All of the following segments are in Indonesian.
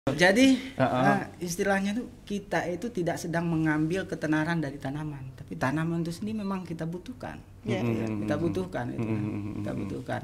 Jadi istilahnya tuh kita itu tidak sedang mengambil ketenaran dari tanaman, tapi tanaman itu sendiri memang kita butuhkan. Kita butuhkan itu. Kita butuhkan.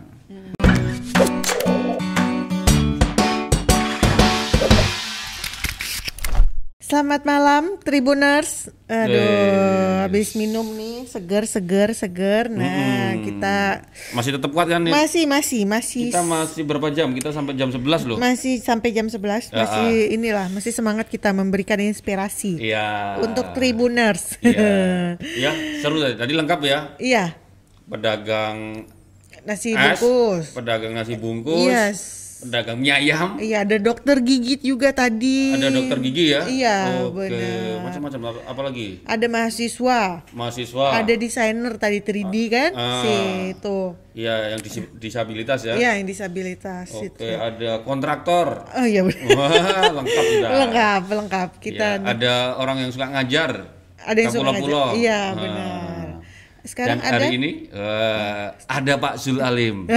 Selamat malam Tribuners. Aduh, habis minum nih, seger. Nah, kita masih tetap kuat kan nih? Masih. Kita masih berapa jam? Kita sampai jam 11 loh. Masih sampai jam 11. Masih inilah, masih semangat kita memberikan inspirasi. Iya. Untuk Tribuners. Iya. Ya, seru tadi lengkap ya. Iya. Pedagang nasi bungkus. Pedagang nasi bungkus. Yes. Pedagang mie ayam. Iya, ada dokter gigit juga tadi. Ada dokter gigi ya? Iya, oke. Benar. Macam-macam apa lagi? Ada mahasiswa. Ada desainer tadi 3D kan? Si itu. Iya, yang disabilitas ya? Iya, yang disabilitas. Oke, itu. ada kontraktor. Oh iya benar. Wah, lengkap sudah. Lengkap. Kita ya, ada orang yang suka ngajar. Ada yang suka ngajar. Iya, benar. Sekarang dan hari ini ada Pak Zul Alim.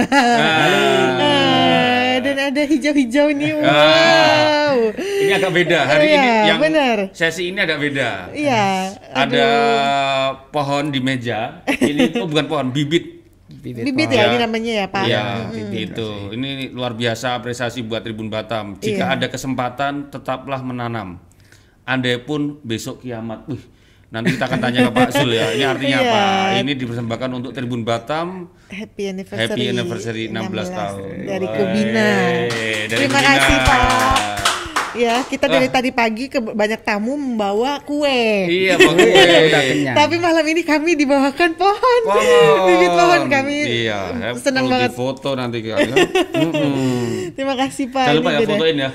Dan ada hijau-hijau nih. Wow. Ini agak beda hari ini yang sesi ini agak beda. Iya. Ada pohon di meja. Ini bukan pohon, bibit ya ini namanya ya Pak. Iya, itu. Ini luar biasa apresiasi buat Tribun Batam. Jika ada kesempatan tetaplah menanam. Andai pun besok kiamat. Nanti kita akan tanya ke Pak Zul ya. Ini artinya apa? Ini dipersembahkan untuk Tribun Batam. Happy anniversary 16 tahun. Dari Kubina. Terima kasih Pak. Ya, kita dari tadi pagi banyak tamu membawa kue. Iya, bawa kue. Tapi malam ini kami dibawakan pohon. Bibit pohon kami. Iya, senang banget. Foto nanti Terima kasih Pak. Jangan lupa ya fotoin ya.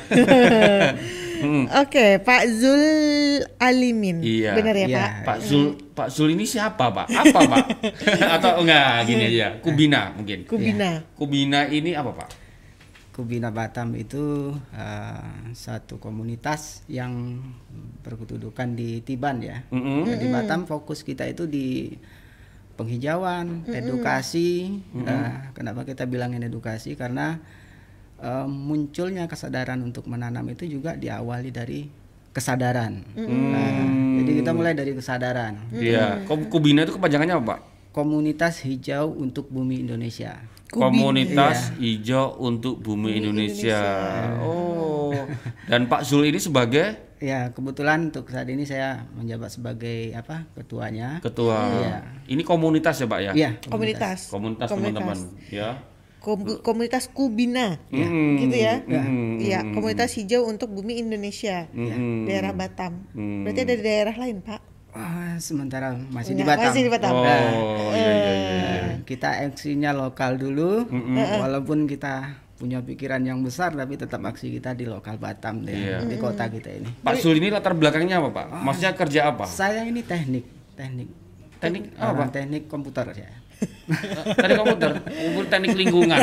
Oke, Pak Zul Alimin. Iya. Benar ya, iya. Pak? Pak Zul ini siapa, Pak? Apa, Pak? Atau enggak gini aja. Kubina mungkin. Kubina ini apa, Pak? Kubina Batam itu satu komunitas yang berkedudukan di Tiban ya. Di Batam fokus kita itu di penghijauan, edukasi. Kenapa kita bilangin edukasi? Karena munculnya kesadaran untuk menanam itu juga diawali dari kesadaran. Jadi kita mulai dari kesadaran. Iya. Kubina itu kepanjangannya apa, Pak? Komunitas Hijau untuk Bumi Indonesia. Komunitas Hijau untuk Bumi Indonesia. Oh. Dan Pak Zul ini sebagai? Ya, kebetulan untuk saat ini saya menjabat sebagai ketuanya. Ketua. Iya. Ini komunitas ya, Pak ya? Iya, komunitas teman-teman ya. Komunitas Kubina, gitu ya. Iya, komunitas hijau untuk Bumi Indonesia, daerah Batam. Berarti ada daerah lain, Pak? Sementara masih di Batam. Masih di Batam. Iya. Kita aksinya lokal dulu, walaupun kita punya pikiran yang besar, tapi tetap aksi kita di lokal Batam deh, di kota kita ini. Pak Zul ini latar belakangnya apa, Pak? Maksudnya kerja apa? Saya ini teknik apa? Teknik komputer ya. Teknik komputer, teknik lingkungan.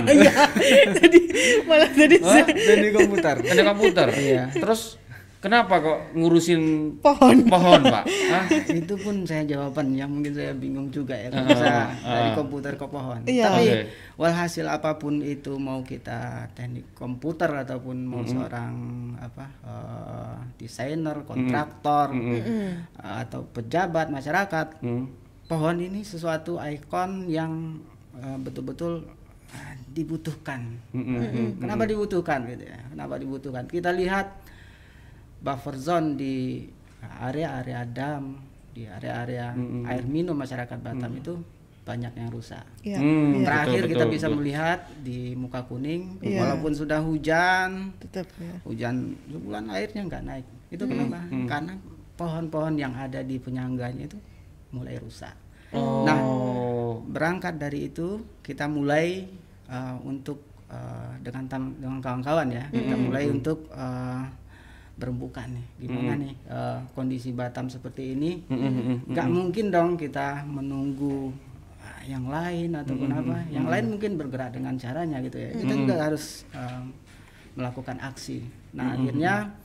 Teknik komputer. Teknik komputer. Iya. Terus kenapa kok ngurusin pohon, Pak? Itu pun saya jawaban yang mungkin saya bingung juga ya, bisa dari komputer ke pohon. Tapi walhasil apapun itu, mau kita teknik komputer ataupun mau seorang desainer, kontraktor atau pejabat masyarakat, pohon ini sesuatu ikon yang betul-betul dibutuhkan. Kenapa dibutuhkan gitu ya? Kenapa dibutuhkan? Kita lihat buffer zone di area-area dam, di area-area air minum masyarakat Batam itu banyak yang rusak. Terakhir kita bisa melihat di Muka Kuning, walaupun sudah hujan, hujan sebulan airnya nggak naik. Itu kenapa? Karena pohon-pohon yang ada di penyangganya itu mulai rusak. Nah, berangkat dari itu kita mulai untuk dengan kawan-kawan ya, kita mulai untuk berembukan nih, gimana nih kondisi Batam seperti ini, nggak mungkin dong kita menunggu yang lain ataupun yang lain mungkin bergerak dengan caranya gitu ya, kita juga harus melakukan aksi. Nah akhirnya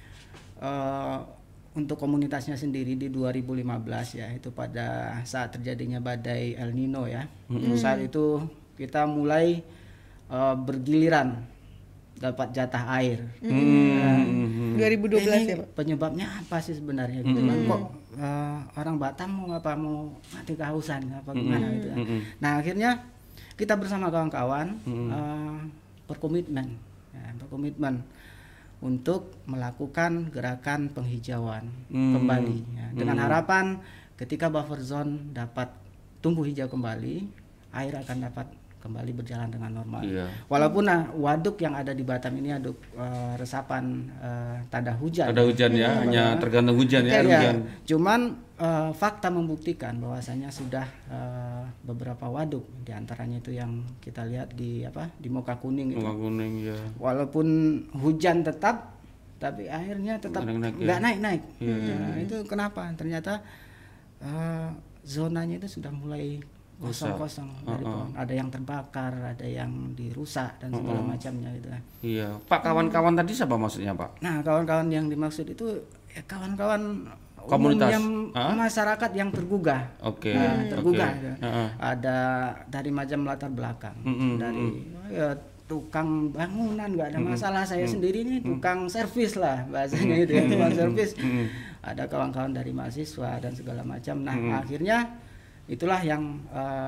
untuk komunitasnya sendiri di 2015 ya, itu pada saat terjadinya badai El Nino ya, saat itu kita mulai bergiliran dapat jatah air. 2012 ini ya Pak? penyebabnya apa sih sebenarnya gitu kan? Kok orang Batam mau mati kehausan apa gimana gitu kan. Nah akhirnya kita bersama kawan-kawan berkomitmen untuk melakukan gerakan penghijauan kembali ya, dengan harapan ketika buffer zone dapat tumbuh hijau kembali, air akan dapat kembali berjalan dengan normal. Walaupun waduk yang ada di Batam ini waduk resapan tanda hujan. Ada hujan ya, hanya tergantung hujan ya. Hujan. Cuman fakta membuktikan bahwasanya sudah beberapa waduk, diantaranya itu yang kita lihat di Muka Kuning itu. Muka Kuning ya. Walaupun hujan tetap, tapi airnya tetap nggak naik-naik. Nah, itu kenapa? Ternyata zonanya itu sudah mulai kosong dari pohon. Ada yang terbakar, ada yang dirusak dan segala macamnya gitu. Iya, Pak, kawan-kawan tadi siapa maksudnya, Pak? Nah, kawan-kawan yang dimaksud itu ya kawan-kawan komunitas masyarakat yang tergugah. Tergugah. Gitu. Ada dari macam latar belakang, dari tukang bangunan nggak ada masalah, saya sendiri nih tukang servis lah bahasanya itu ya, tukang servis. Ada kawan-kawan dari mahasiswa dan segala macam. Nah, akhirnya itulah yang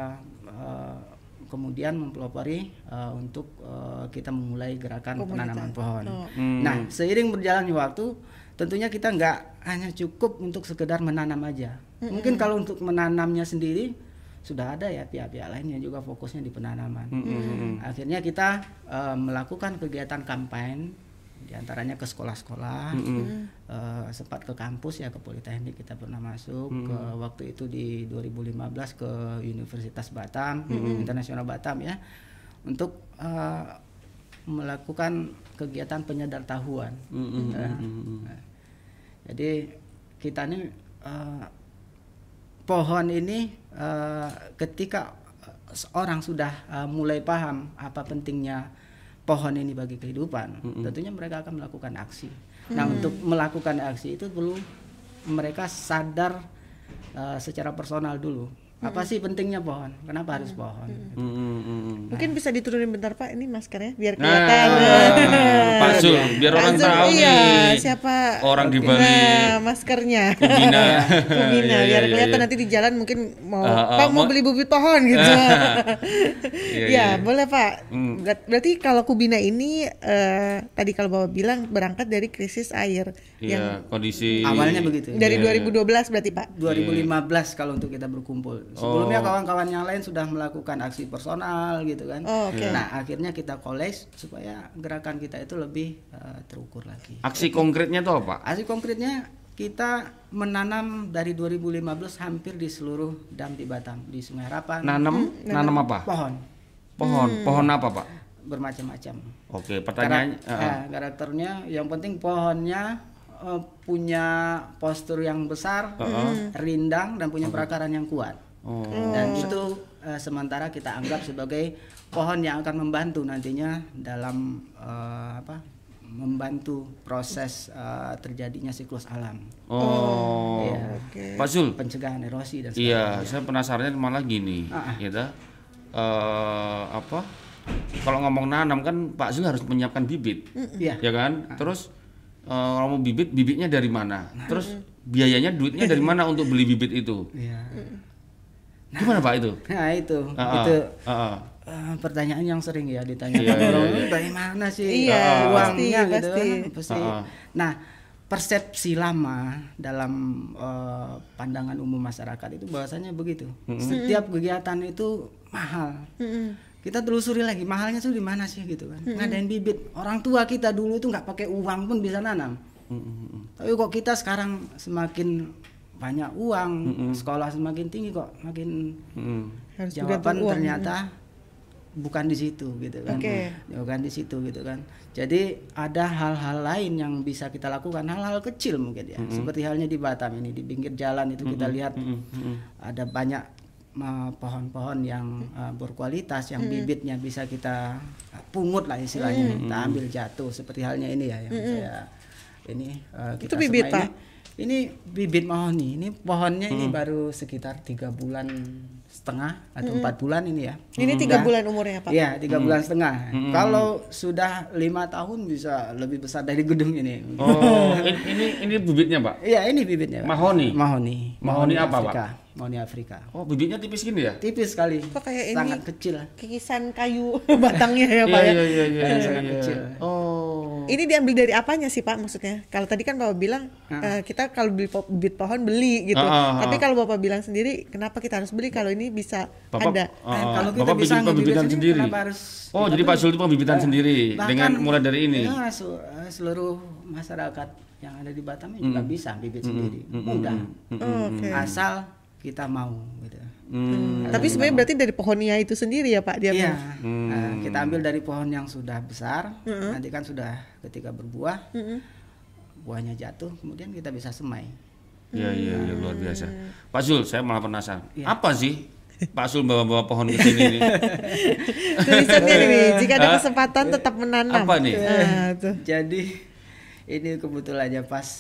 kemudian mempelopori untuk kita memulai gerakan penanaman pohon. Nah, seiring berjalannya waktu, tentunya kita nggak hanya cukup untuk sekedar menanam aja. Mungkin kalau untuk menanamnya sendiri sudah ada ya pihak-pihak lain yang juga fokusnya di penanaman. Akhirnya kita melakukan kegiatan kampanye, diantaranya ke sekolah-sekolah, sempat ke kampus ya, ke Politeknik kita pernah masuk, ke waktu itu di 2015 ke Universitas Batam, Internasional Batam ya, untuk melakukan kegiatan penyadartahuan. Jadi kita ini pohon ini ketika orang sudah mulai paham apa pentingnya pohon ini bagi kehidupan, tentunya mereka akan melakukan aksi. Nah, untuk melakukan aksi itu perlu mereka sadar secara personal dulu. Apa sih pentingnya pohon? Kenapa harus pohon? Mungkin bisa diturunin bentar Pak, ini maskernya biar kelihatan. Pak Zul, biar orang tahu nih siapa orang di balik maskernya. Kubina. Biar kelihatan nanti di jalan mungkin Pak mau beli bibit pohon gitu. Ya boleh Pak. Berarti kalau Kubina ini tadi kalau Bapak bilang berangkat dari krisis air. Yang kondisi awalnya begitu. Dari 2012 berarti Pak. 2015 kalau untuk kita berkumpul. Sebelumnya kawan-kawan yang lain sudah melakukan aksi personal gitu kan. Nah, akhirnya kita collect supaya gerakan kita itu lebih terukur lagi. Aksi konkretnya itu apa? Aksi konkretnya kita menanam dari 2015 hampir di seluruh dam di Batam, di Sungai Harapan. Nanam apa? Pohon apa Pak? Bermacam-macam. Oke, pertanyaannya karakternya yang penting pohonnya punya postur yang besar, rindang dan punya perakaran yang kuat. Dan itu sementara kita anggap sebagai pohon yang akan membantu nantinya dalam membantu proses terjadinya siklus alam. Pak Zul, pencegahan erosi dan sebagainya. Iya, saya penasarannya malah gini, gitu. Kalau ngomong nanam kan Pak Zul harus menyiapkan bibit, ya kan? Terus kalau mau bibitnya dari mana? Terus biayanya, duitnya dari mana untuk beli bibit itu? Gimana Pak itu? Nah itu pertanyaan yang sering ya ditanya orang, dari mana sih uangnya gitu kan? Pasti. Nah, persepsi lama dalam pandangan umum masyarakat itu bahwasanya begitu. Setiap kegiatan itu mahal. Kita telusuri lagi mahalnya tuh di mana sih gitu kan. Ngadain bibit. Orang tua kita dulu itu nggak pakai uang pun bisa nanam. Tapi kok kita sekarang semakin banyak uang, sekolah semakin tinggi kok makin jawaban ternyata bukan di situ gitu kan. Bukan di situ gitu kan. Jadi ada hal-hal lain yang bisa kita lakukan, hal-hal kecil mungkin ya. Seperti halnya di Batam ini, di pinggir jalan itu kita lihat ada banyak pohon-pohon yang berkualitas, yang bibitnya bisa kita pungut lah istilahnya, kita ambil jatuh seperti halnya ini ya yang saya ini kita itu bibit Pak? Ini bibit mahoni. Ini pohonnya ini baru sekitar 3,5 bulan atau 4 bulan ini ya. Ini 3 bulan umurnya Pak? Iya, 3,5 bulan. Kalau sudah 5 tahun bisa lebih besar dari gedung ini. Oh, ini bibitnya Pak? Iya, ini bibitnya Pak. Mahoni? Mahoni apa Afrika. Pak? Mahoni Afrika. Oh, bibitnya tipis gini ya? Tipis sekali. Kok kayak sangat ini kecil. Kikisan kayu batangnya ya Pak ya? Iya. Sangat kecil. Oh. Ini diambil dari apanya sih Pak maksudnya? Kalau tadi kan Bapak bilang kita kalau beli bibit pohon beli gitu. Tapi kalau Bapak bilang sendiri kenapa kita harus beli kalau ini bisa Bapak, ada? Kalau kita Bapak bisa pembibitan sendiri. Oh, jadi Pak Sul itu pembibitan sendiri dengan mulai dari ini. Ya, seluruh masyarakat yang ada di Batam juga bisa bibit sendiri. Mudah. Asal kita mau gitu. Tapi sebenarnya berarti dari pohonnya itu sendiri ya Pak dia? Iya. Kita ambil dari pohon yang sudah besar, nanti kan sudah ketika berbuah, buahnya jatuh, kemudian kita bisa semai. Iya, luar biasa. Pak Sul, saya malah penasaran. Apa sih Pak Sul bawa-bawa pohon ke sini nih? Tulisannya nih, jika ada kesempatan tetap menanam. Apa nih? Jadi ini kebetulannya pas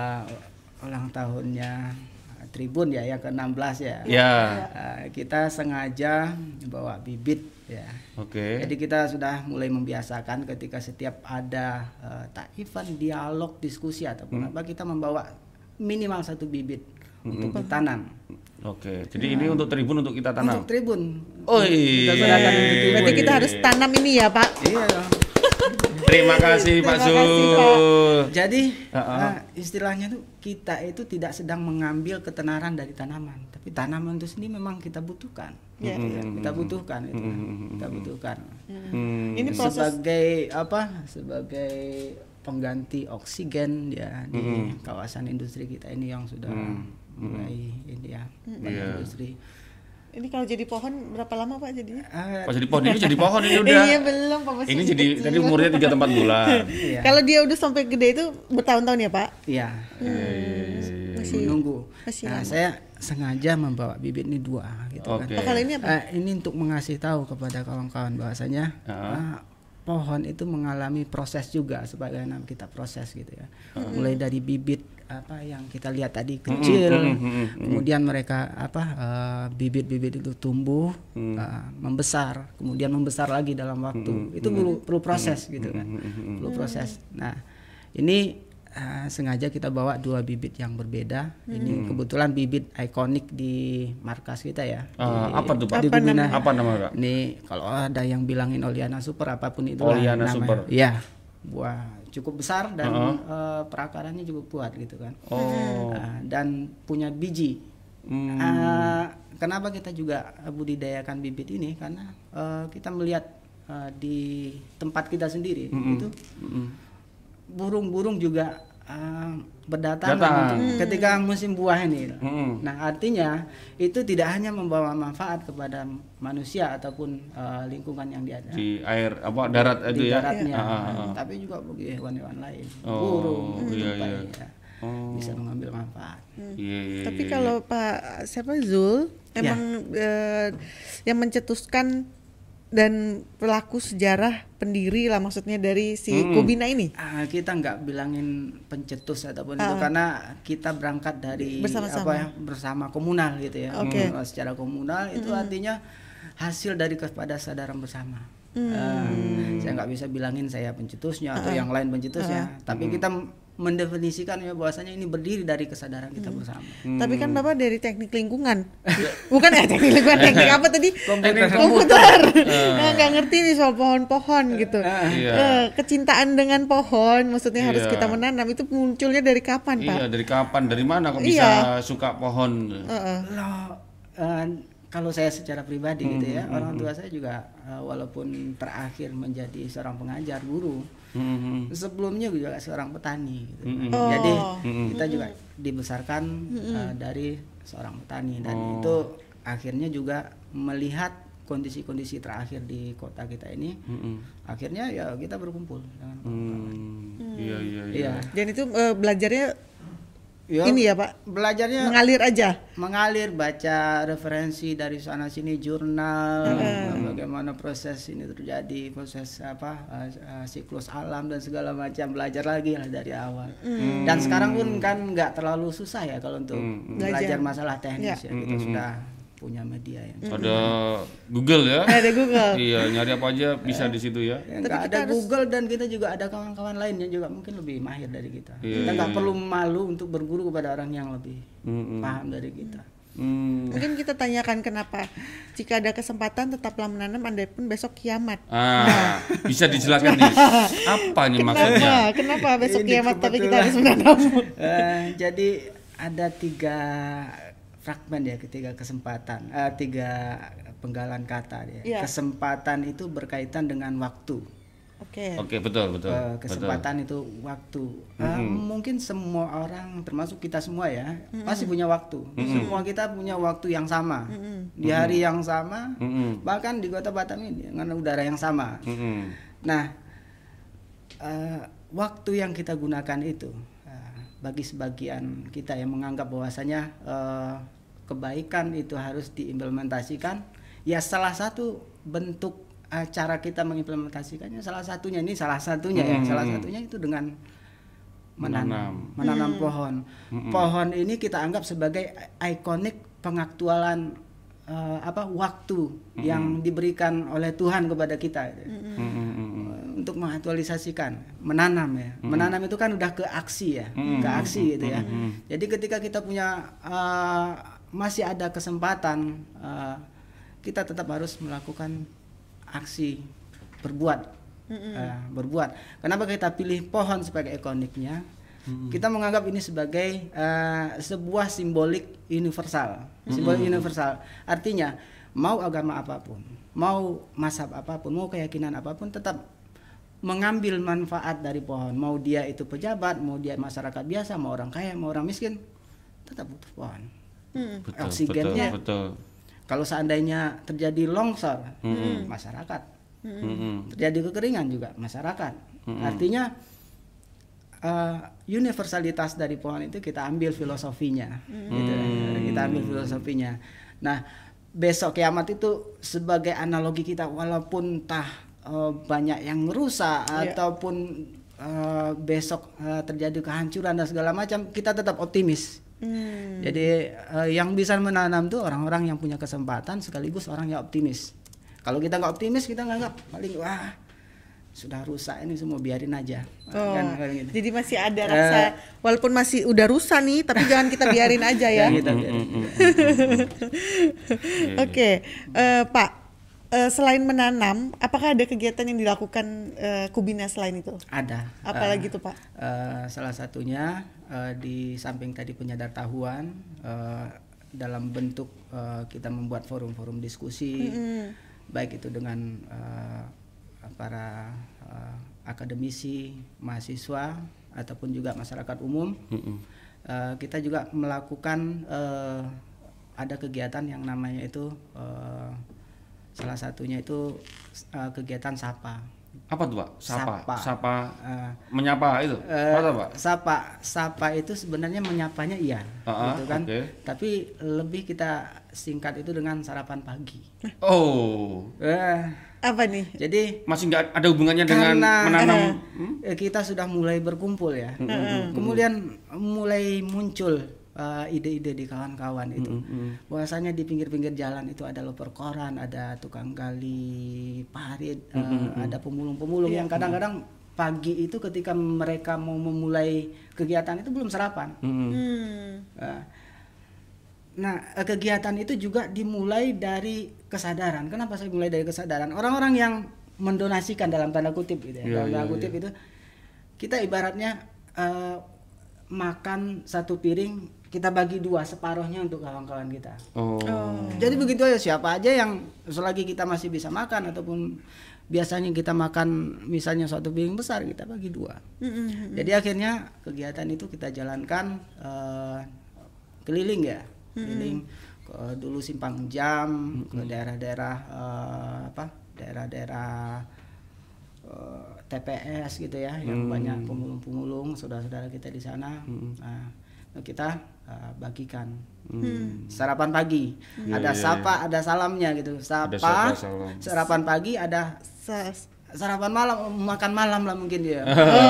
ulang tahunnya Tribun ya ke-16 ya. Ya. Kita sengaja bawa bibit ya. Oke. Jadi kita sudah mulai membiasakan ketika setiap ada event, dialog, diskusi ataupun apa, kita membawa minimal 1 bibit untuk ditanam. Oke. Jadi ini untuk Tribun untuk kita tanam. Untuk Tribun. Oh iya. Berarti kita harus tanam ini ya Pak. Iya dong. Terima kasih Pak Sul. Jadi istilahnya tuh kita itu tidak sedang mengambil ketenaran dari tanaman, tapi tanaman itu sendiri memang kita butuhkan. Kita butuhkan itu. Kita butuhkan. Ini proses sebagai pengganti oksigen ya di kawasan industri kita ini yang sudah mulai ini ya, industri. Ini kalau jadi pohon berapa lama Pak jadinya? Pas jadi pohon ini jadi pohon ini udah. Iya belum Pak. Ini jadi tadi umurnya 3-4 bulan. Iya. Kalau dia udah sampai gede itu bertahun-tahun ya Pak? Iya. Masih menunggu. Nah, saya sengaja membawa bibit ini 2 gitu kan. Oh, kalau ini apa? Ini untuk mengasih tahu kepada kawan-kawan bahwasanya pohon itu mengalami proses juga sebagaimana kita proses gitu ya. Mulai dari bibit apa yang kita lihat tadi kecil, kemudian mereka bibit-bibit itu tumbuh, membesar, kemudian membesar lagi dalam waktu. Itu perlu proses gitu kan, perlu proses. Nah ini sengaja kita bawa 2 bibit yang berbeda. Ini kebetulan bibit ikonik di markas kita ya. Apa tuh Pak? Apa nama Pak? Ini kalau ada yang bilangin Oliana Super apapun itu. Oliana Super. Iya, buah cukup besar dan perakarannya cukup kuat gitu kan. Dan punya biji. Kenapa kita juga budidayakan bibit ini? Karena kita melihat di tempat kita sendiri itu burung-burung juga berdatangan ketika musim buah ini. Nah artinya itu tidak hanya membawa manfaat kepada manusia ataupun lingkungan yang di air darat itu ya, daratnya, tapi juga bagi hewan-hewan lain, burung, bisa mengambil manfaat. Tapi kalau Pak Zul emang yang mencetuskan dan pelaku sejarah pendiri lah maksudnya dari si Kubina ini? Kita nggak bilangin pencetus ataupun itu karena kita berangkat dari bersama komunal gitu ya. Secara komunal itu artinya hasil dari kesadaran bersama. Saya nggak bisa bilangin saya pencetusnya atau yang lain pencetusnya, tapi kita mendefinisikan ya bahwasanya ini berdiri dari kesadaran kita bersama. Tapi kan Bapak dari teknik lingkungan. Bukan teknik lingkungan, teknik apa tadi? Komputer. Nggak ngerti nih soal pohon-pohon gitu. Kecintaan dengan pohon maksudnya harus kita menanam itu munculnya dari kapan Pak? Iya, dari kapan? Dari mana kok bisa suka pohon? Kalau saya secara pribadi gitu ya, orang tua saya juga walaupun terakhir menjadi seorang pengajar, guru, sebelumnya juga seorang petani gitu. Jadi kita juga dibesarkan dari seorang petani dan itu akhirnya juga melihat kondisi-kondisi terakhir di kota kita ini. Akhirnya ya kita berkumpul dengan kawan-kawan. Iya. Dan itu belajarnya ini ya Pak? Belajarnya mengalir aja. Mengalir, baca referensi dari sana sini, jurnal, bagaimana proses ini terjadi, proses siklus alam dan segala macam, belajar lagi lah dari awal. Dan sekarang pun kan nggak terlalu susah ya kalau untuk belajar masalah teknis ya, kita sudah punya media ya. Ada Google ya. Ada Google. Iya, nyari apa aja bisa di situ ya. Nggak ada Google, dan kita juga ada kawan-kawan lain yang juga mungkin lebih mahir dari kita. Kita nggak perlu malu untuk berguru kepada orang yang lebih paham dari kita. Mungkin kita tanyakan kenapa jika ada kesempatan tetaplah menanam andai-pun besok kiamat. Bisa dijelaskan nih. Apa nih maksudnya? Kenapa besok kiamat tapi kita harus menanam? Jadi ada 3 fragmen ya, 3 kesempatan, 3 penggalan kata ya. Kesempatan itu berkaitan dengan waktu. Oke, betul. Kesempatan itu waktu. Mungkin semua orang, termasuk kita semua ya, pasti punya waktu. Semua kita punya waktu yang sama, di hari yang sama, bahkan di kota Batam ini dengan udara yang sama. Nah, waktu yang kita gunakan itu, bagi sebagian kita yang menganggap bahwasanya kebaikan itu harus diimplementasikan, ya salah satu bentuk cara kita mengimplementasikannya salah satunya itu dengan menanam pohon. Pohon ini kita anggap sebagai ikonik pengaktualan waktu yang diberikan oleh Tuhan kepada kita untuk mengaktualisasikan menanam ya. Menanam itu kan udah ke aksi ya, gitu ya. Jadi ketika kita punya masih ada kesempatan, kita tetap harus melakukan aksi, berbuat. Kenapa kita pilih pohon sebagai ikoniknya? Kita menganggap ini sebagai sebuah simbolik universal. Artinya mau agama apapun, mau mazhab apapun, mau keyakinan apapun, tetap mengambil manfaat dari pohon. Mau dia itu pejabat, mau dia masyarakat biasa, mau orang kaya, mau orang miskin, tetap butuh pohon. Oksigennya. Betul. Kalau seandainya terjadi longsor, masyarakat. Terjadi kekeringan juga masyarakat. Artinya universalitas dari pohon itu kita ambil filosofinya, gitu. Kita ambil filosofinya. Nah, besok kiamat itu sebagai analogi kita, walaupun banyak yang rusak ataupun besok terjadi kehancuran dan segala macam, kita tetap optimis. Jadi yang bisa menanam tuh orang-orang yang punya kesempatan sekaligus orang yang optimis. Kalau kita nggak optimis, kita nganggap paling sudah rusak ini semua, biarin aja. Gitu. Jadi masih ada rasa walaupun masih udah rusak nih, tapi jangan kita biarin aja ya. Oke, Pak, selain menanam, apakah ada kegiatan yang dilakukan Kubina selain itu? Ada. Apalagi tuh Pak? Salah satunya di samping tadi penyadaran dalam bentuk kita membuat forum-forum diskusi, baik itu dengan para akademisi, mahasiswa ataupun juga masyarakat umum. Kita juga melakukan ada kegiatan yang namanya itu salah satunya itu kegiatan sapa. Apa tuh Pak? Sapa. Menyapa itu. Apa Pak? Sapa itu sebenarnya menyapanya iya, gitu kan. Tapi lebih kita singkat itu dengan sarapan pagi. Apa nih? Jadi masih nggak ada hubungannya dengan menanam. Kita sudah mulai berkumpul ya. Kemudian mulai muncul ide-ide di kawan-kawan itu. Bahwasanya di pinggir-pinggir jalan itu ada loper koran, ada tukang gali parit, ada pemulung-pemulung yang kadang-kadang pagi itu ketika mereka mau memulai kegiatan itu belum sarapan. Nah, kegiatan itu juga dimulai dari kesadaran. Kenapa saya mulai dari kesadaran? Orang-orang yang mendonasikan dalam tanda kutip gitu ya. Dalam tanda kutip itu kita ibaratnya makan satu piring, kita bagi 2, separuhnya untuk kawan-kawan kita. Jadi begitu aja, siapa aja yang selagi kita masih bisa makan, ataupun biasanya kita makan misalnya suatu piring besar, kita bagi 2. Jadi akhirnya kegiatan itu kita jalankan keliling ya. Keliling dulu Simpang Jam, ke daerah-daerah daerah-daerah TPS gitu ya, yang banyak pemulung-pemulung, saudara-saudara kita di sana. Nah, kita bagikan. Sarapan pagi, ada sapa, ada salamnya gitu. Sapa, sarapan pagi, ada sarapan malam, makan malam lah mungkin dia.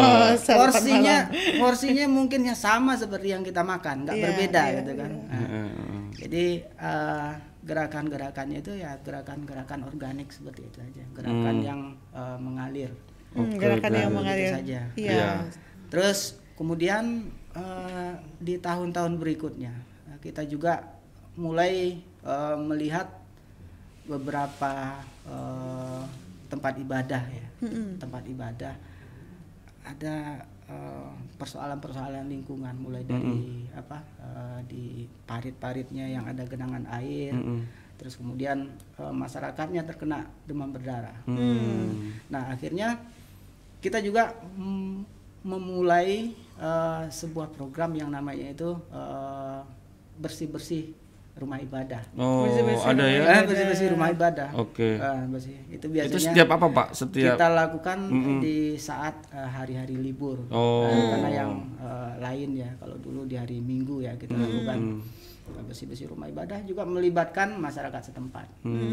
Porsinya mungkin ya sama seperti yang kita makan, nggak berbeda gitu kan. Jadi gerakan-gerakannya itu ya gerakan-gerakan organik seperti itu aja, gerakan yang mengalir. Gerakan yang mengalir saja. Terus kemudian di tahun-tahun berikutnya kita juga mulai melihat beberapa tempat ibadah ya. Tempat ibadah ada persoalan-persoalan lingkungan, mulai dari di parit-paritnya yang ada genangan air. Terus kemudian masyarakatnya terkena demam berdarah. Nah, akhirnya kita juga memulai sebuah program yang namanya itu bersih-bersih rumah ibadah. Ada ya? Bersih-bersih rumah ibadah. Oke. Itu biasanya. Itu setiap apa, Pak? Kita lakukan di saat hari-hari libur. Karena yang lain ya, kalau dulu di hari Minggu ya kita lakukan bersih-bersih rumah ibadah, juga melibatkan masyarakat setempat.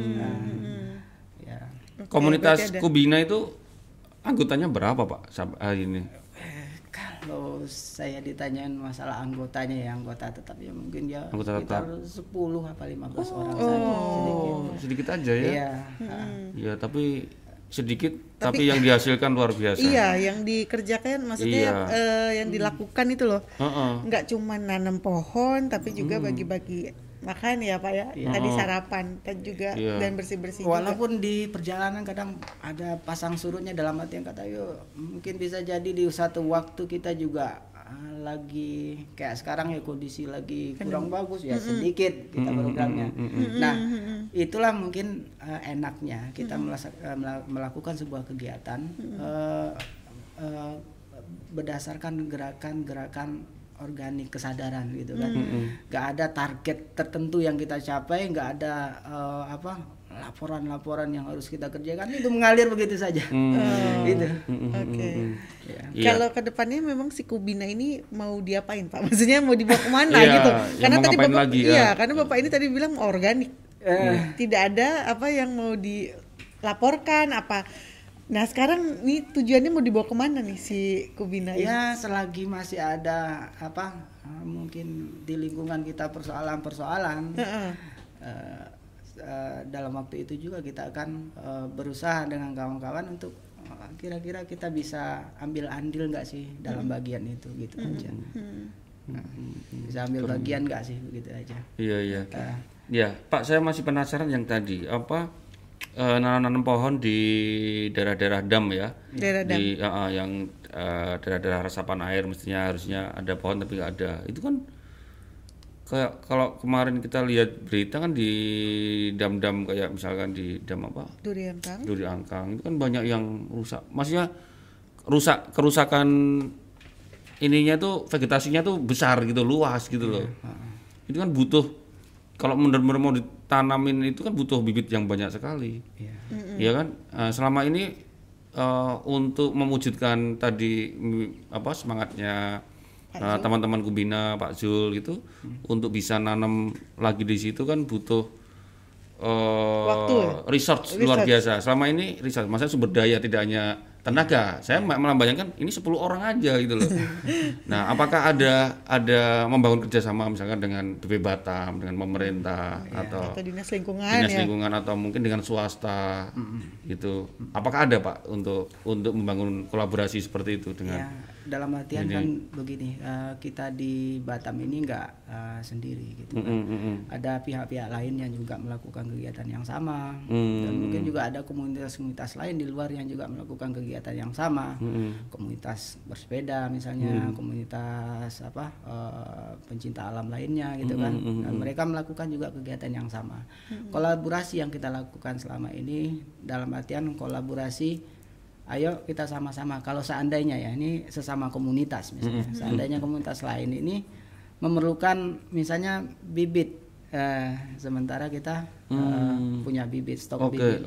Komunitas Kubina itu anggotanya berapa, Pak, hari ini? Kalau saya ditanyain masalah anggotanya ya, anggota tetap ya mungkin ya sekitar 10 apa 15 orang saja. Sedikit aja ya. Iya. Ya, tapi sedikit tapi yang dihasilkan luar biasa. Iya, yang dikerjakan maksudnya yang dilakukan itu loh. Nggak cuma nanam pohon tapi juga bagi-bagi makan ya Pak ya. Tadi sarapan dan juga dan bersih-bersih. Walaupun juga di perjalanan kadang ada pasang surutnya, dalam arti yang kata mungkin bisa jadi di satu waktu kita juga lagi kayak sekarang ya kondisi lagi kurang bagus ya, sedikit kita programnya. Nah, itulah mungkin enaknya kita melakukan sebuah kegiatan berdasarkan gerakan-gerakan organik, kesadaran gitu kan. Gak ada target tertentu yang kita capai, gak ada laporan-laporan yang harus kita kerjakan, itu mengalir begitu saja. Gitu. Kalau kedepannya memang si Kubina ini mau diapain Pak? Maksudnya mau dibawa kemana gitu? Karena tadi Bapak karena Bapak ini tadi bilang organik. Tidak ada apa yang mau dilaporkan apa. Nah sekarang nih tujuannya mau dibawa kemana nih si Kubina ini? Ya selagi masih ada mungkin di lingkungan kita persoalan-persoalan, dalam waktu itu juga kita akan berusaha dengan kawan-kawan untuk kira-kira kita bisa ambil andil nggak sih dalam bagian itu gitu aja. Bisa ambil bagian nggak sih begitu aja. Iya. Ya Pak, saya masih penasaran yang tadi nanam pohon di daerah-daerah dam ya, di yang daerah-daerah resapan air mestinya harusnya ada pohon tapi nggak ada. Itu kan kayak kalau kemarin kita lihat berita kan di dam-dam kayak misalkan di dam Duri Angkang itu kan banyak yang rusak. Maksudnya kerusakan ininya tuh, vegetasinya tuh besar gitu, luas gitu loh. Itu kan butuh, kalau benar-benar mau ditanamin itu kan butuh bibit yang banyak sekali. Iya kan? Selama ini untuk mewujudkan tadi semangatnya teman-teman Kubina, Pak Zul gitu, untuk bisa nanam lagi di situ kan butuh waktu, research luar biasa. Selama ini research, maksudnya sumber daya, tidak hanya tenaga. Saya malah bayangkan ini 10 orang aja gitu loh. Nah, apakah ada membangun kerjasama misalkan dengan BP Batam, dengan pemerintah atau dinas lingkungan atau mungkin dengan swasta gitu. Apakah ada Pak untuk membangun kolaborasi seperti itu dengan dalam artian kan begini, kita di Batam ini nggak sendiri gitu kan. Ada pihak-pihak lain yang juga melakukan kegiatan yang sama, dan mungkin juga ada komunitas-komunitas lain di luar yang juga melakukan kegiatan yang sama. Komunitas bersepeda misalnya, komunitas pencinta alam lainnya gitu kan. Dan mereka melakukan juga kegiatan yang sama. Kolaborasi yang kita lakukan selama ini dalam artian kolaborasi, ayo kita sama-sama, kalau seandainya ya ini sesama komunitas misalnya, seandainya komunitas lain ini memerlukan misalnya bibit, sementara kita punya bibit, stok bibit.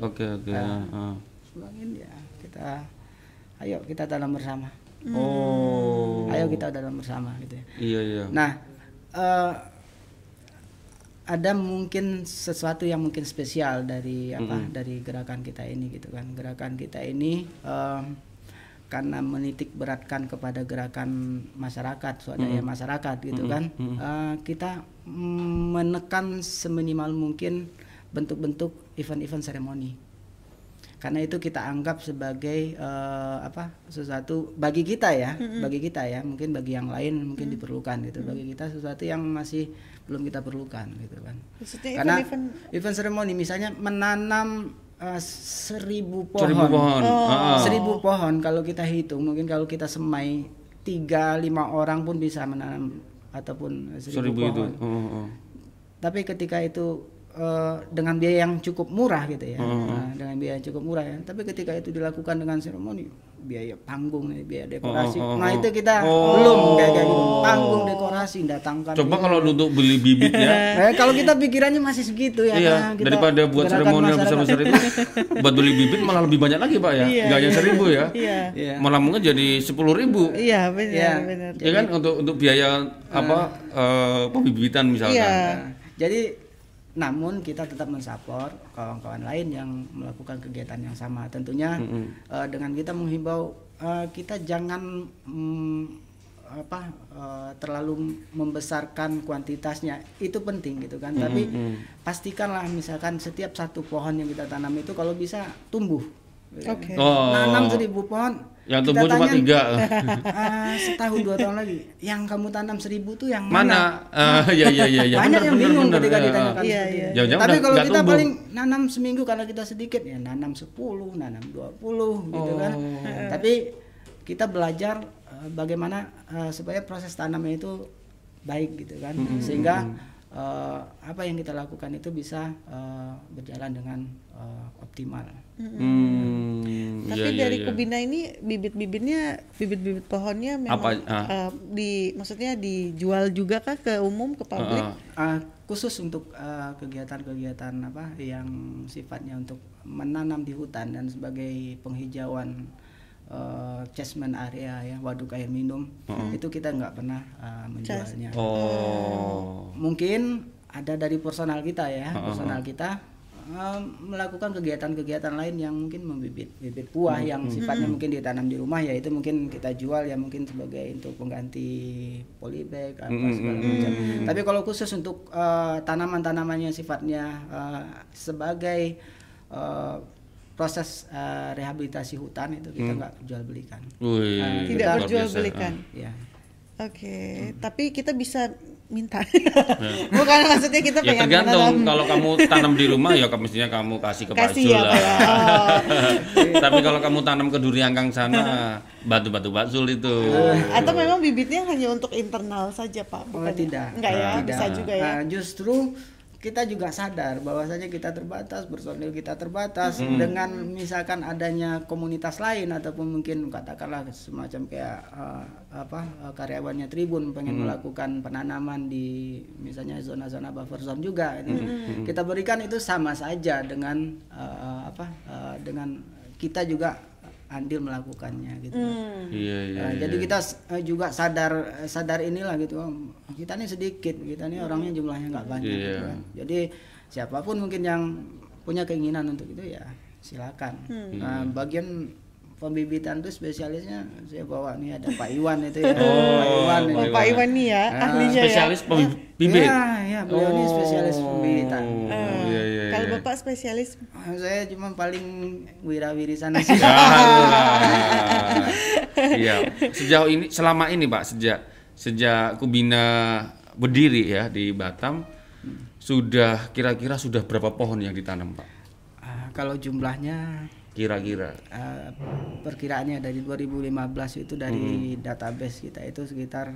Ya kita, ayo kita tanam bersama. Ayo kita tanam bersama gitu ya. Iya. Nah ada mungkin sesuatu yang mungkin spesial dari dari gerakan kita ini gitu kan. Gerakan kita ini karena menitik beratkan kepada gerakan masyarakat, swadaya masyarakat gitu kan. Kita menekan seminimal mungkin bentuk-bentuk event-event seremoni. Karena itu kita anggap sebagai sesuatu bagi kita ya, mungkin bagi yang lain mungkin diperlukan gitu. Bagi kita sesuatu yang masih belum kita perlukan gitu kan. Maksudnya karena event seremoni misalnya menanam 1.000 pohon. 1.000 pohon kalau kita hitung, mungkin kalau kita semai 3-5 orang pun bisa menanam ataupun 1.000 pohon. Itu. Tapi ketika itu dengan biaya yang cukup murah gitu ya, dengan biaya yang cukup murah ya. Tapi ketika itu dilakukan dengan seremoni, biaya panggung, biaya dekorasi, nah itu kita belum kayak gitu, panggung, dekorasi, datangkan. Coba kalau untuk beli bibit ya, kalau kita pikirannya masih segitu ya. Iya, kita daripada buat seremoni yang besar-besar itu, buat beli bibit malah lebih banyak lagi Pak ya, nggak hanya 1.000 ya, malah mungkin jadi 10.000. Iya benar. Ya kan untuk biaya pembibitan misalkan. Jadi namun kita tetap mensupport kawan-kawan lain yang melakukan kegiatan yang sama. Tentunya dengan kita menghimbau kita jangan terlalu membesarkan kuantitasnya. Itu penting gitu kan. Tapi pastikanlah misalkan setiap satu pohon yang kita tanam itu kalau bisa tumbuh. Okay. Nanam 1.000 pohon. Yang tumbuh cuma 3. Setahun 2 tahun lagi. Yang kamu tanam 1.000 tuh yang mana? Iya. Banyak yang bingung ketika ditanyakan. Iya. Tapi kalau kita paling nanam seminggu karena kita sedikit ya nanam 10, nanam 20 gitu kan. Tapi kita belajar bagaimana supaya proses tanamnya itu baik gitu kan. Sehingga apa yang kita lakukan itu bisa berjalan dengan optimal. Tapi dari Kubina ini bibit-bibit pohonnya memang maksudnya dijual juga kah ke umum, ke publik? Khusus untuk kegiatan-kegiatan yang sifatnya untuk menanam di hutan dan sebagai penghijauan catchment area ya, waduk air minum, itu kita nggak pernah menjualnya. Mungkin ada dari personal kita ya, personal kita melakukan kegiatan-kegiatan lain yang mungkin membibit bibit buah yang sifatnya mungkin ditanam di rumah, ya itu mungkin kita jual ya, mungkin sebagai untuk pengganti polybag apa segala macam. Tapi kalau khusus untuk tanaman-tanamannya sifatnya sebagai proses rehabilitasi hutan itu kita nggak jual belikan. Tidak berjual belikan. Ya. Oke. Tapi kita bisa minta. Bukan maksudnya kita pengen tergantung. Kalau kamu tanam di rumah ya mestinya kamu kasih ke Pak Zul lah. Tapi kalau kamu tanam ke Duriangkang sana, batu-batu Pak Zul itu. Atau memang bibitnya hanya untuk internal saja Pak? Tidak. Enggak ya, tidak. Bisa juga ya. Justru kita juga sadar bahwasanya kita terbatas, personil kita terbatas, dengan misalkan adanya komunitas lain ataupun mungkin katakanlah semacam kayak karyawannya Tribun pengen melakukan penanaman di misalnya zona-zona buffer zone juga, kita berikan itu sama saja dengan dengan kita juga andil melakukannya gitu. Jadi kita juga sadar inilah gitu. Kita ini sedikit, kita ini orangnya jumlahnya nggak banyak gitu kan. Jadi siapapun mungkin yang punya keinginan untuk itu ya silakan. Bagian pembibitan itu spesialisnya saya bawa nih, ada Pak Iwan itu ya. Pak Iwan nih ya, ahlinya spesialis pembibit. Ya, beliau ini spesialis pembibitan. Kalau Bapak spesialis? Saya cuma paling wirawiri sana sih. Iya. Sejauh ini, selama ini Pak, sejak Kubina berdiri ya di Batam, sudah kira-kira sudah berapa pohon yang ditanam Pak? Kalau jumlahnya kira-kira perkiraannya dari 2015 itu dari database kita itu sekitar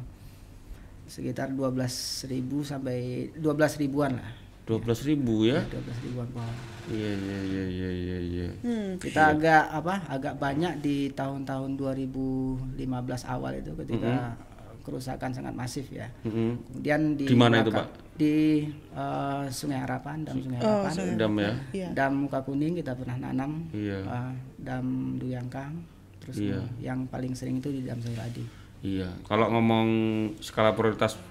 12.000 sampai 12.000-an lah. 12.000 ya? 12.000-an pohon. Iya. Kita agak banyak di tahun-tahun 2015 awal itu ketika kerusakan sangat masif ya. Kemudian di mana itu Pak? Di Sungai Harapan, Dam Sungai Harapan. Dam ya. Dam Muka Kuning kita pernah nanam. Dam Duriangkang. Terus yang paling sering itu di Dam Sayuradi. Iya. Kalau ngomong skala prioritas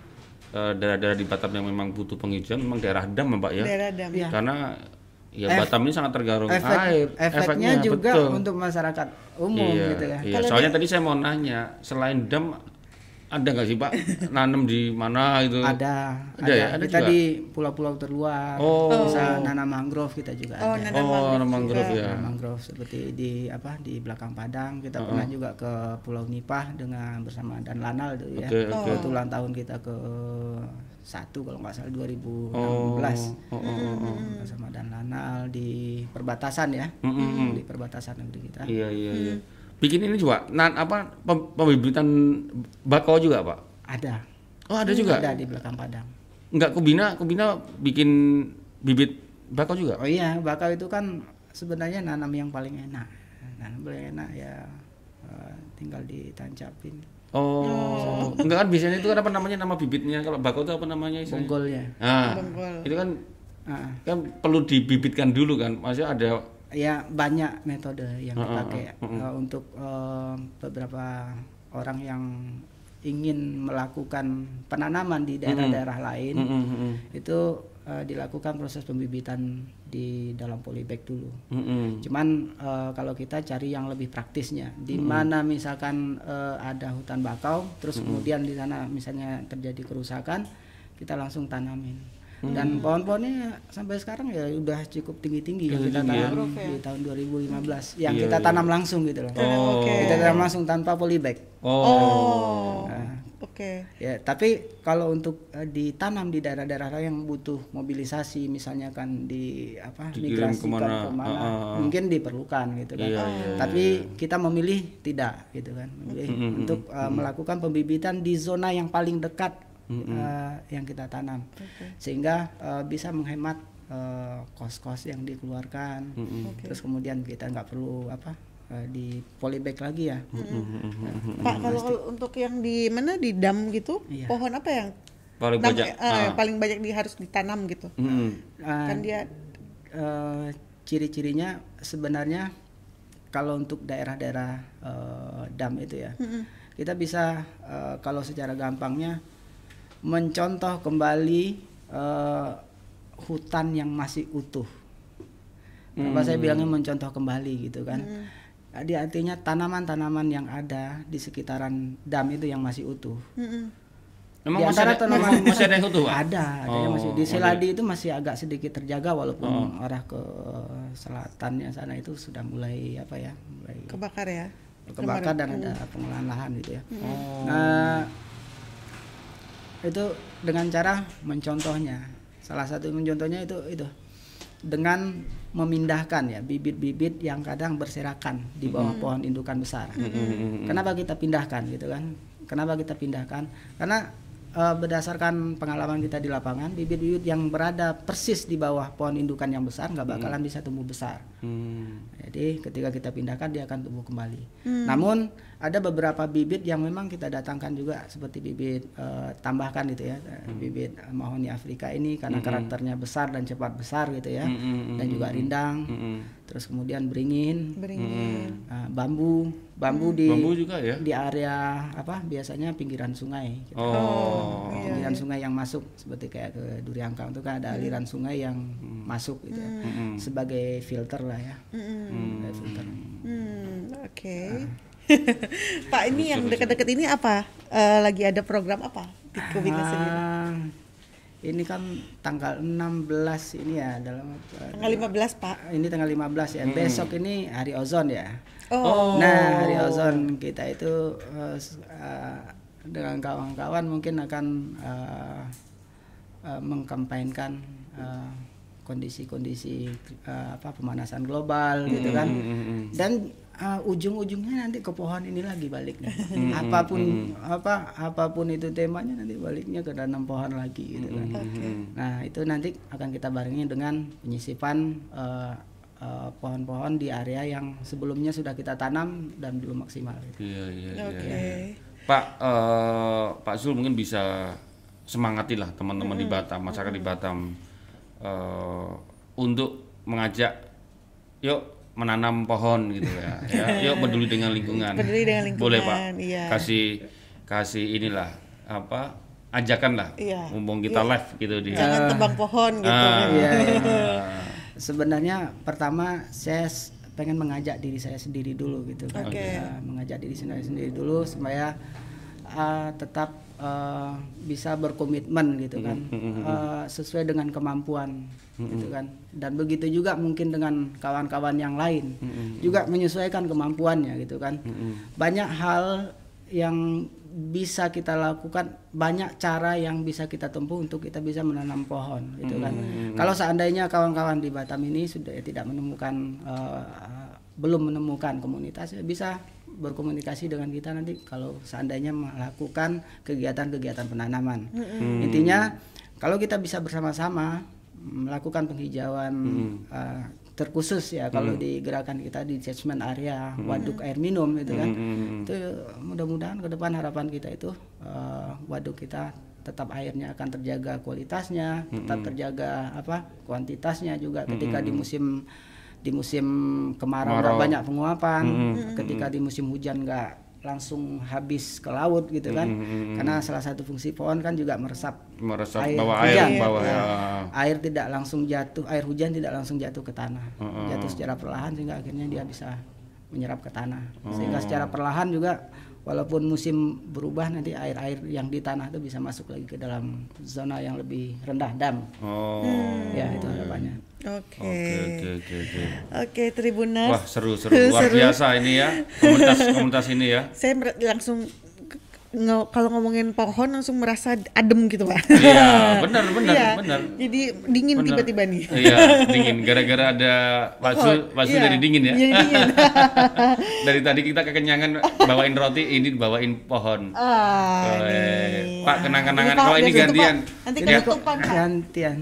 daerah-daerah di Batam yang memang butuh penghijauan memang daerah dam Pak ya. Daerah dam. Ya. Karena ya Batam ini sangat tergarung air. Efeknya juga betul. untuk masyarakat umum gitu ya. Iya, soalnya tadi saya mau nanya, selain dam ada nggak sih Pak nanam di mana itu? Ada ya? Ada kita juga? di pulau-pulau terluar bisa nanam mangrove kita juga ada. Nanam mangrove ya. Nanam mangrove seperti di belakang Padang kita pernah juga ke Pulau Nipah dengan bersama Dan Lanal itu ya. Itu ulang tahun kita ke 1 kalau nggak salah 2016 bersama Dan Lanal di perbatasan ya. Di perbatasan negeri kita. Iya. Bikin ini juga, pembibitan bakau juga Pak? Ada. Oh ada juga? Ada di belakang Padang. Enggak, Kubina bikin bibit bakau juga? Oh iya, bakau itu kan sebenarnya nanam yang paling enak. Nanam paling enak ya tinggal ditancapin. Oh, enggak kan biasanya itu kan apa namanya nama bibitnya, kalau bakau itu apa namanya? Bonggolnya. Bonggol. Itu kan perlu dibibitkan dulu kan, maksudnya ada. Ya banyak metode yang dipakai untuk beberapa orang yang ingin melakukan penanaman di daerah-daerah lain itu dilakukan proses pembibitan di dalam polybag dulu. Cuman kalau kita cari yang lebih praktisnya, di mana misalkan ada hutan bakau, terus kemudian di sana misalnya terjadi kerusakan, kita langsung tanamin. Dan pohon-pohonnya sampai sekarang ya udah cukup tinggi-tinggi yang kita tanam di tahun 2015 yang kita tanam langsung gitu loh. Kita tanam langsung tanpa polybag. Ya, tapi kalau untuk ditanam di daerah-daerah yang butuh mobilisasi misalnya kan migrasikan kemana mungkin diperlukan gitu kan. Tapi kita memilih tidak gitu kan. Memilih untuk melakukan pembibitan di zona yang paling dekat yang kita tanam, sehingga bisa menghemat kos-kos yang dikeluarkan. Terus kemudian kita nggak perlu di polybag lagi ya. Pak, kalau untuk yang di mana di dam gitu, pohon apa yang paling banyak harus ditanam gitu? Kan dia ciri-cirinya sebenarnya kalau untuk daerah-daerah dam itu ya, kita bisa kalau secara gampangnya mencontoh kembali hutan yang masih utuh. Apa saya bilangnya mencontoh kembali gitu kan. Jadi artinya tanaman-tanaman yang ada di sekitaran dam itu yang masih utuh. Memang masih ada yang utuh? Ada yang masih di Seladi itu masih agak sedikit terjaga walaupun arah ke selatannya sana itu sudah mulai mulai kebakar ya. Kebakar dan ada pengolahan lahan gitu ya. Itu dengan cara mencontohnya. Salah satu mencontohnya itu dengan memindahkan ya bibit-bibit yang kadang berserakan di bawah pohon indukan besar. Kenapa kita pindahkan gitu kan? Kenapa kita pindahkan? Karena berdasarkan pengalaman kita di lapangan, bibit-bibit yang berada persis di bawah pohon indukan yang besar nggak bakalan bisa tumbuh besar. Jadi ketika kita pindahkan dia akan tumbuh kembali. Namun ada beberapa bibit yang memang kita datangkan juga seperti bibit tambahkan gitu ya, bibit mahoni Afrika ini karena karakternya besar dan cepat besar gitu ya, dan juga rindang. Terus kemudian beringin. Bambu juga ya? Di area biasanya pinggiran sungai gitu. Pinggiran sungai yang masuk seperti kayak ke Duriangkang itu kan ada aliran sungai yang masuk gitu ya. Sebagai filter lah ya. Filter. Pak, ini yang dekat-dekat ini apa? Lagi ada program apa di Kubina sendiri? Ini kan tanggal 16 ini ya tanggal 15 Pak. Ini tanggal 15 ya. Besok ini Hari Ozon ya. Nah, Hari Ozon kita itu dengan kawan-kawan mungkin akan mengkampanyekan kondisi-kondisi pemanasan global gitu kan. Dan ujung-ujungnya nanti ke pohon ini lagi baliknya. Apapun itu temanya nanti baliknya ke tanam pohon lagi gitu kan. Nah, itu nanti akan kita barengi dengan penyisipan pohon-pohon di area yang sebelumnya sudah kita tanam dan belum maksimal gitu. Iya. Pak Zul mungkin bisa semangatilah teman-teman di Batam, masyarakat di Batam untuk mengajak yuk menanam pohon gitu ya. Yuk peduli dengan lingkungan. Peduli dengan lingkungan. Boleh Pak. Iya. Kasih inilah ajakan lah, mumpung kita live gitu di. Jangan tebang pohon gitu. Sebenarnya pertama saya pengen mengajak diri saya sendiri dulu gitu kan. Mengajak diri saya sendiri dulu supaya tetap bisa berkomitmen gitu kan, sesuai dengan kemampuan gitu kan, dan begitu juga mungkin dengan kawan-kawan yang lain juga menyesuaikan kemampuannya gitu kan. Banyak hal yang bisa kita lakukan, banyak cara yang bisa kita tempuh untuk kita bisa menanam pohon gitu kan. Kalau seandainya kawan-kawan di Batam ini sudah tidak menemukan belum menemukan komunitas, bisa berkomunikasi dengan kita nanti kalau seandainya melakukan kegiatan-kegiatan penanaman. Intinya kalau kita bisa bersama-sama melakukan penghijauan terkhusus ya, kalau di gerakan kita di catchment area waduk air minum itu kan, itu mudah-mudahan ke depan harapan kita itu waduk kita tetap airnya akan terjaga kualitasnya, tetap terjaga kuantitasnya juga ketika di musim kemarau nggak banyak penguapan, ketika di musim hujan nggak langsung habis ke laut gitu kan, karena salah satu fungsi pohon kan juga meresap air bawa hujan. air bawah Air tidak langsung jatuh, air hujan tidak langsung jatuh ke tanah, jatuh secara perlahan sehingga akhirnya dia bisa menyerap ke tanah, sehingga secara perlahan juga walaupun musim berubah nanti air-air yang di tanah itu bisa masuk lagi ke dalam zona yang lebih rendah dam. Ya itu harapannya. Oke, Tribuners. Wah, seru luar biasa ini ya, komunitas ini ya. Saya langsung kalau ngomongin pohon langsung merasa adem gitu Pak. Iya, benar. Jadi dingin tiba-tiba nih. Iya, dingin. Gara-gara ada Pak Zul jadi dingin ya. Iya, dingin. Dari tadi kita kekenyangan bawain roti, ini bawain pohon. Pak, kenang-kenangan. Kalau ini gantian. Nanti ketutupan Pak. Gantian.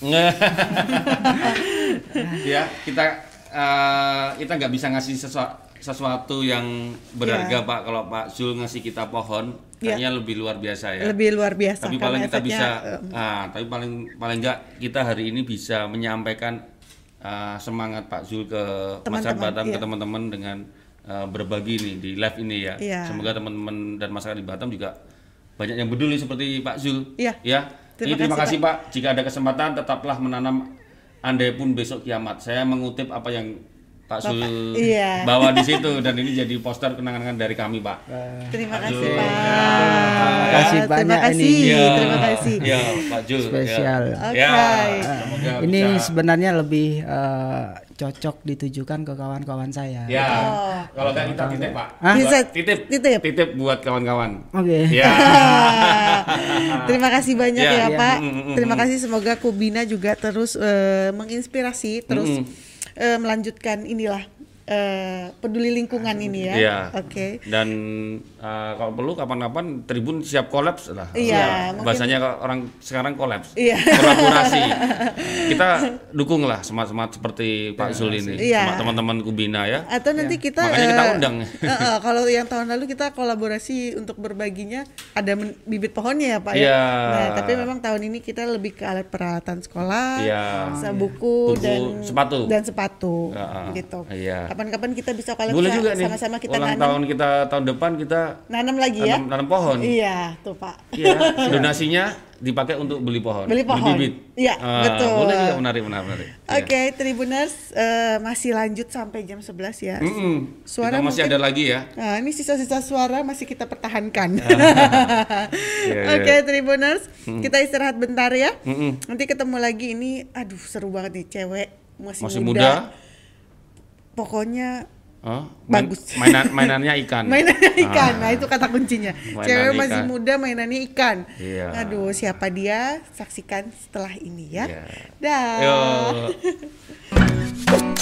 Ya, kita nggak bisa ngasih sesuatu yang berharga Pak. Kalau Pak Zul ngasih kita pohon, kayaknya lebih luar biasa ya. Lebih luar biasa. Tapi paling kita bisa, tapi paling nggak kita hari ini bisa menyampaikan semangat Pak Zul ke masyarakat Batam, ke teman-teman dengan berbagi nih di live ini ya. Semoga teman-teman dan masyarakat di Batam juga banyak yang peduli seperti Pak Zul. Ya. Terima kasih Pak. Jika ada kesempatan tetaplah menanam, andai pun besok kiamat. Saya mengutip apa yang Pak Zul bawa di situ, dan ini jadi poster kenangan dari kami Pak. Terima kasih Pak. Terima kasih banyak ini. Terima kasih. Ya Pak Zul. Spesial. Ini sebenarnya lebih cocok ditujukan ke kawan-kawan saya. Ya. Kalau kan kita titip Pak. Bisa titip buat kawan-kawan. Oke. Ya. Terima kasih banyak ya Pak. Terima kasih, semoga Kubina juga terus menginspirasi, terus melanjutkan inilah peduli lingkungan ini ya. Oke. Dan kalau perlu kapan-kapan Tribun siap kolaps lah. Bahasanya orang sekarang kolaps. Kolaborasi. Kita dukung lah semangat seperti Pak Zul ini, sama teman-teman Kubina ya. Atau nanti kita makanya kita undang. Kalau yang tahun lalu kita kolaborasi untuk berbaginya ada bibit pohonnya ya Pak ya. Nah, tapi memang tahun ini kita lebih ke alat peralatan sekolah, buku dan sepatu gitu. Kapan-kapan kita bisa kalau sama-sama kita ulang tahun kita tahun depan kita nanam lagi ya. Nanam pohon. Iya, tuh Pak. Iya, donasinya dipakai untuk beli pohon. Bibit. Iya, betul. Boleh juga, menarik. Oke, Tribuners, masih lanjut sampai jam 11 ya. Suara kita masih ada lagi ya. Nah, ini sisa-sisa suara masih kita pertahankan. Oke, Tribuners, kita istirahat bentar ya. Nanti ketemu lagi, ini aduh seru banget nih, cewek masih muda. Pokoknya bagus. Mainannya ikan. Nah itu kata kuncinya. Cewek masih muda, mainannya ikan. Aduh, siapa dia? Saksikan setelah ini ya. Dah.